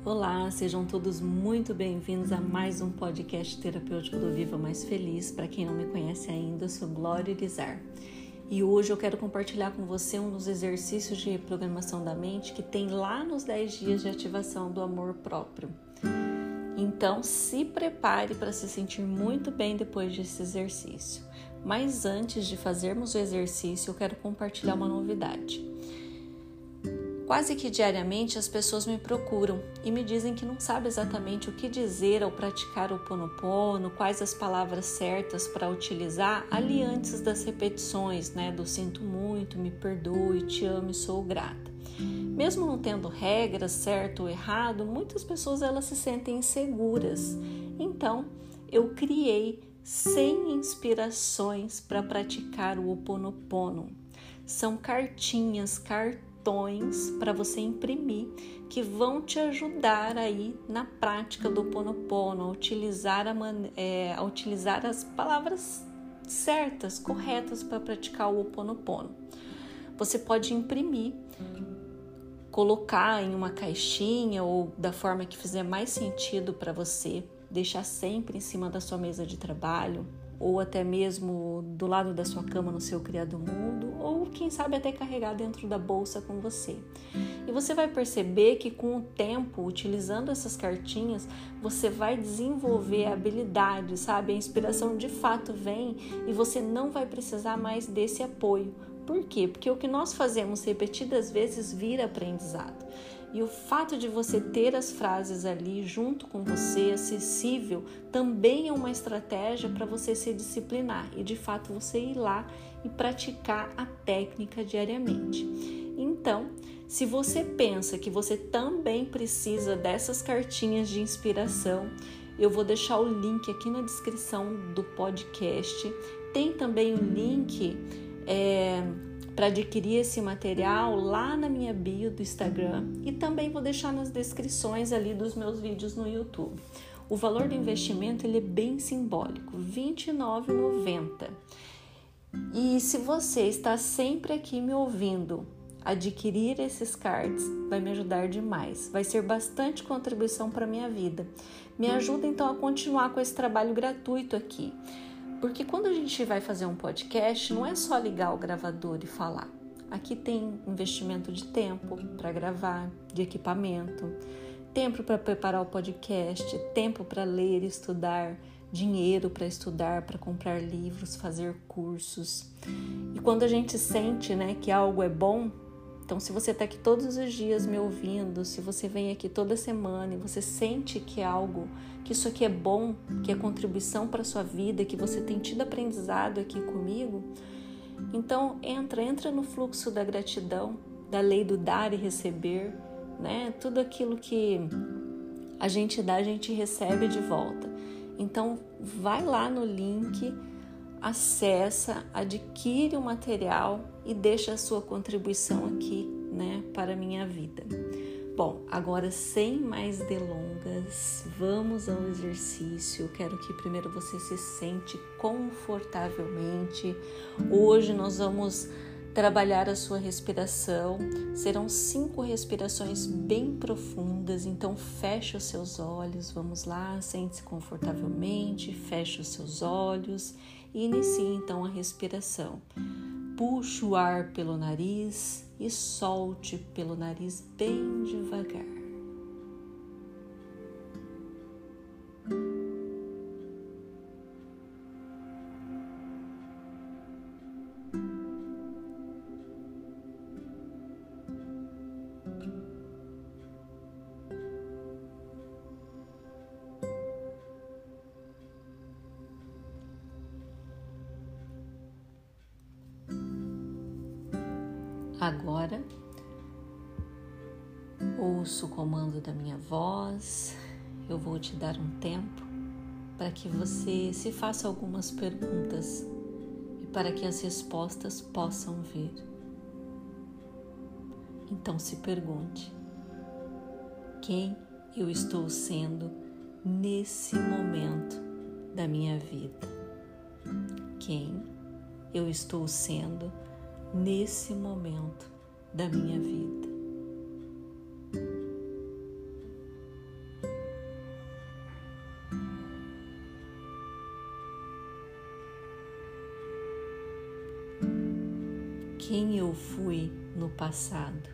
Olá, sejam todos muito bem-vindos a mais um podcast terapêutico do Viva Mais Feliz. Para quem não me conhece ainda, eu sou Glória Irizar. E hoje eu quero compartilhar com você um dos exercícios de reprogramação da mente que tem lá nos 10 dias de ativação do amor próprio. Então, se prepare para se sentir muito bem depois desse exercício. Mas antes de fazermos o exercício, eu quero compartilhar uma novidade. Quase que diariamente as pessoas me procuram e me dizem que não sabem exatamente o que dizer ao praticar o Ho'oponopono, quais as palavras certas para utilizar ali antes das repetições, do sinto muito, me perdoe, te amo e sou grata. Mesmo não tendo regras, certo ou errado, muitas pessoas elas se sentem inseguras. Então, eu criei 100 inspirações para praticar o Ho'oponopono. São cartinhas para você imprimir que vão te ajudar aí na prática do Ho'oponopono, a utilizar as palavras certas, corretas para praticar o Ho'oponopono. Você pode imprimir, colocar em uma caixinha ou da forma que fizer mais sentido para você, deixar sempre em cima da sua mesa de trabalho ou até mesmo do lado da sua cama no seu criado mundo, ou quem sabe até carregar dentro da bolsa com você. E você vai perceber que com o tempo, utilizando essas cartinhas, você vai desenvolver a habilidade, A inspiração de fato vem e você não vai precisar mais desse apoio. Por quê? Porque o que nós fazemos repetidas vezes vira aprendizado. E o fato de você ter as frases ali junto com você, acessível, também é uma estratégia para você se disciplinar e de fato você ir lá e praticar a técnica diariamente. Então, se você pensa que você também precisa dessas cartinhas de inspiração, eu vou deixar o link aqui na descrição do podcast. Tem também o link para adquirir esse material lá na minha bio do Instagram e também vou deixar nas descrições ali dos meus vídeos no YouTube. O valor do investimento ele é bem simbólico, R$ 29,90. E se você está sempre aqui me ouvindo, adquirir esses cards vai me ajudar demais, vai ser bastante contribuição para a minha vida. Me ajuda então a continuar com esse trabalho gratuito aqui. Porque quando a gente vai fazer um podcast, não é só ligar o gravador e falar. Aqui tem investimento de tempo para gravar, de equipamento, tempo para preparar o podcast, tempo para ler e estudar, dinheiro para estudar, para comprar livros, fazer cursos. E quando a gente sente, que algo é bom, então se você está aqui todos os dias me ouvindo, se você vem aqui toda semana e você sente que é algo, que isso aqui é bom, que é contribuição para a sua vida, que você tem tido aprendizado aqui comigo, então entra no fluxo da gratidão, da lei do dar e receber, Tudo aquilo que a gente dá, a gente recebe de volta. Então vai lá no link, acessa, adquire o material e deixa a sua contribuição aqui, para a minha vida. Bom, agora sem mais delongas, vamos ao exercício. Eu quero que primeiro você se sente confortavelmente. Hoje nós vamos trabalhar a sua respiração. Serão 5 respirações bem profundas, então feche os seus olhos. Vamos lá, sente-se confortavelmente, feche os seus olhos e inicie então a respiração. Puxe o ar pelo nariz e solte pelo nariz bem devagar. Agora, ouça o comando da minha voz, eu vou te dar um tempo para que você se faça algumas perguntas e para que as respostas possam vir. Então se pergunte, quem eu estou sendo nesse momento da minha vida? Quem eu estou sendo nesse momento da minha vida? quem eu fui no passado.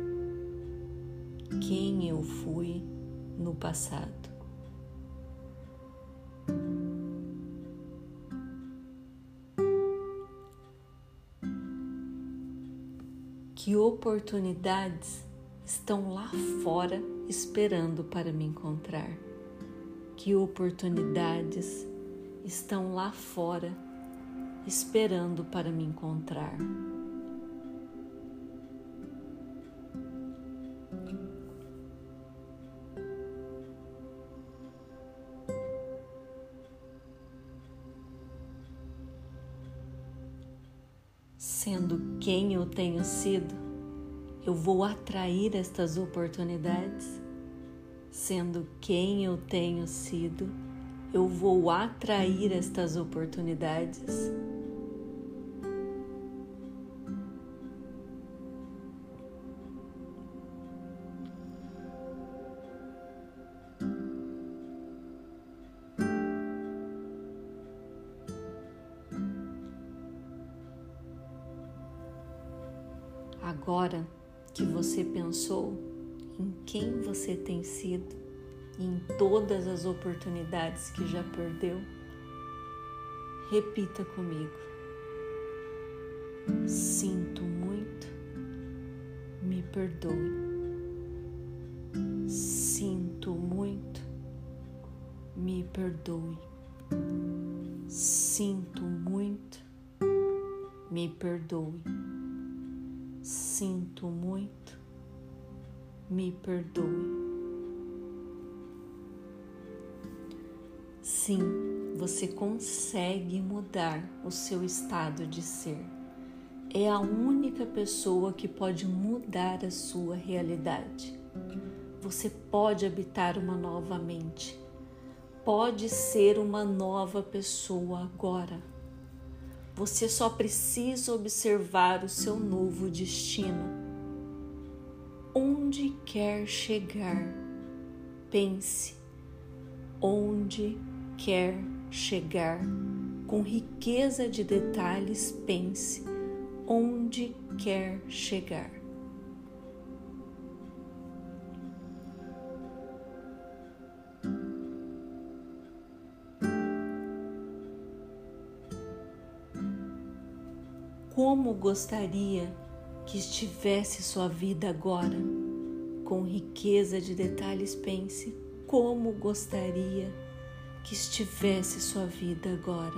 Quem eu fui no passado. Que oportunidades estão lá fora esperando para me encontrar? Que oportunidades estão lá fora esperando para me encontrar? Sendo quem eu tenho sido, eu vou atrair estas oportunidades. Sendo quem eu tenho sido, eu vou atrair estas oportunidades. Agora que você pensou em quem você tem sido e em todas as oportunidades que já perdeu, repita comigo. Sinto muito, me perdoe. Sinto muito, me perdoe. Sinto muito, me perdoe. Sinto muito, me perdoe. Sim, você consegue mudar o seu estado de ser. É a única pessoa que pode mudar a sua realidade. Você pode habitar uma nova mente. Pode ser uma nova pessoa agora. Você só precisa observar o seu novo destino. Onde quer chegar? Pense. Onde quer chegar? Com riqueza de detalhes, pense. Onde quer chegar? Como gostaria que estivesse sua vida agora? Com riqueza de detalhes, pense. Como gostaria que estivesse sua vida agora?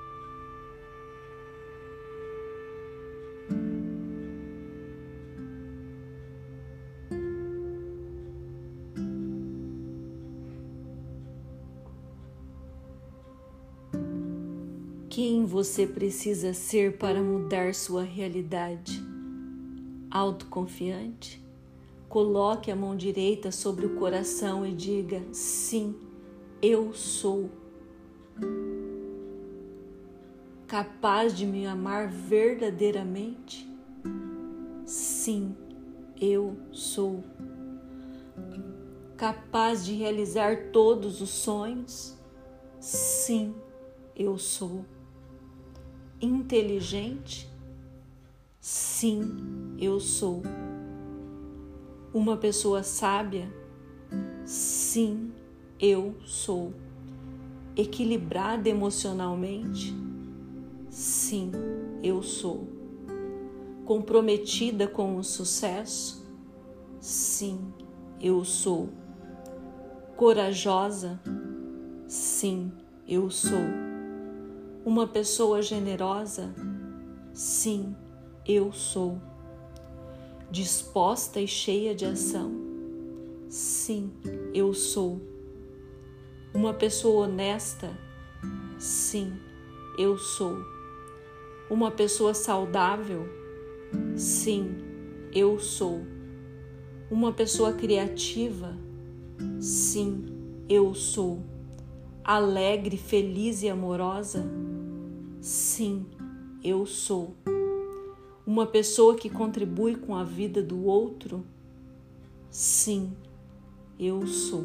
Quem você precisa ser para mudar sua realidade? Autoconfiante? Coloque a mão direita sobre o coração e diga: sim, eu sou. Capaz de me amar verdadeiramente? Sim, eu sou. Capaz de realizar todos os sonhos? Sim, eu sou. Inteligente? Sim, eu sou. Uma pessoa sábia? Sim, eu sou. Equilibrada emocionalmente? Sim, eu sou. Comprometida com o sucesso? Sim, eu sou. Corajosa? Sim, eu sou. Uma pessoa generosa? Sim, eu sou. Disposta e cheia de ação? Sim, eu sou. Uma pessoa honesta? Sim, eu sou. Uma pessoa saudável? Sim, eu sou. Uma pessoa criativa? Sim, eu sou. Alegre, feliz e amorosa? Sim, eu sou. Uma pessoa que contribui com a vida do outro? Sim, eu sou.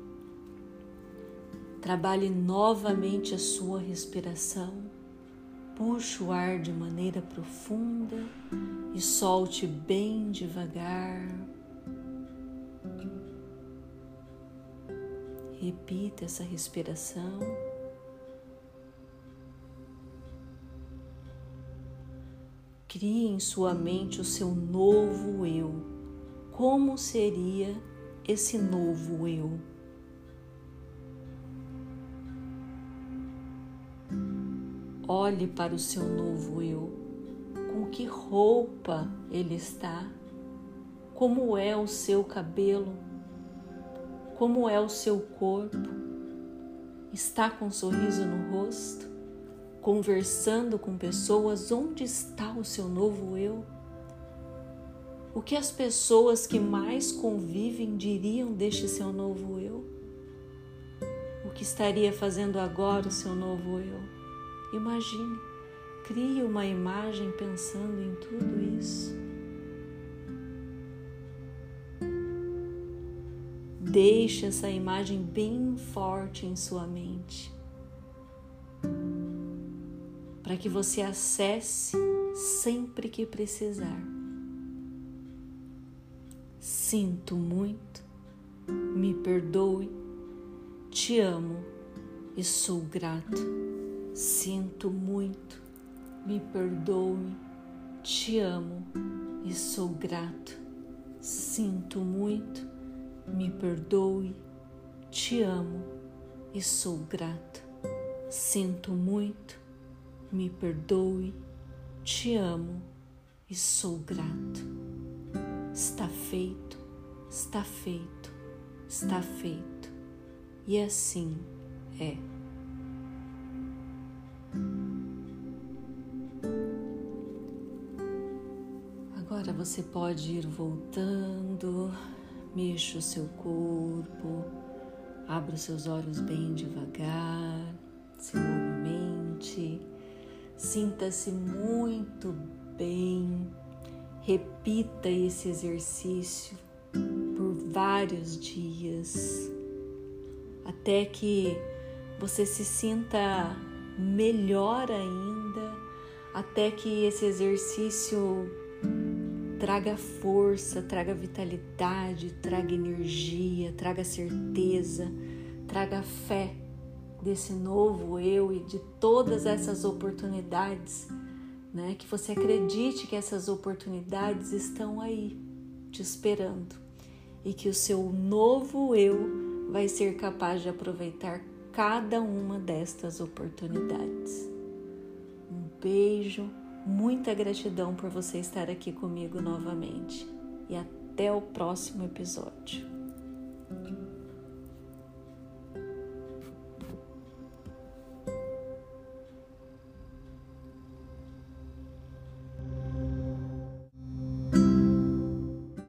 Trabalhe novamente a sua respiração. Puxe o ar de maneira profunda e solte bem devagar. Repita essa respiração. Crie em sua mente o seu novo eu. Como seria esse novo eu? Olhe para o seu novo eu. Com que roupa ele está? Como é o seu cabelo? Como é o seu corpo? Está com um sorriso no rosto? Conversando com pessoas? Onde está o seu novo eu? O que as pessoas que mais convivem diriam deste seu novo eu? O que estaria fazendo agora o seu novo eu? Imagine, crie uma imagem pensando em tudo isso. Deixe essa imagem bem forte em sua mente, para que você acesse sempre que precisar. Sinto muito, me perdoe, te amo e sou grato. Sinto muito, me perdoe, te amo e sou grato. Sinto muito, me perdoe, te amo e sou grato. Sinto muito, me perdoe, te amo e sou grato. Está feito, está feito, está feito. E assim é. Agora você pode ir voltando, mexa o seu corpo, abra os seus olhos bem devagar, se movimente, sinta-se muito bem, repita esse exercício por vários dias, até que você se sinta melhor ainda, até que esse exercício traga força, traga vitalidade, traga energia, traga certeza, traga fé desse novo eu e de todas essas oportunidades, né? Que você acredite que essas oportunidades estão aí, te esperando, e que o seu novo eu vai ser capaz de aproveitar cada uma destas oportunidades. Um beijo, muita gratidão por você estar aqui comigo novamente e até o próximo episódio.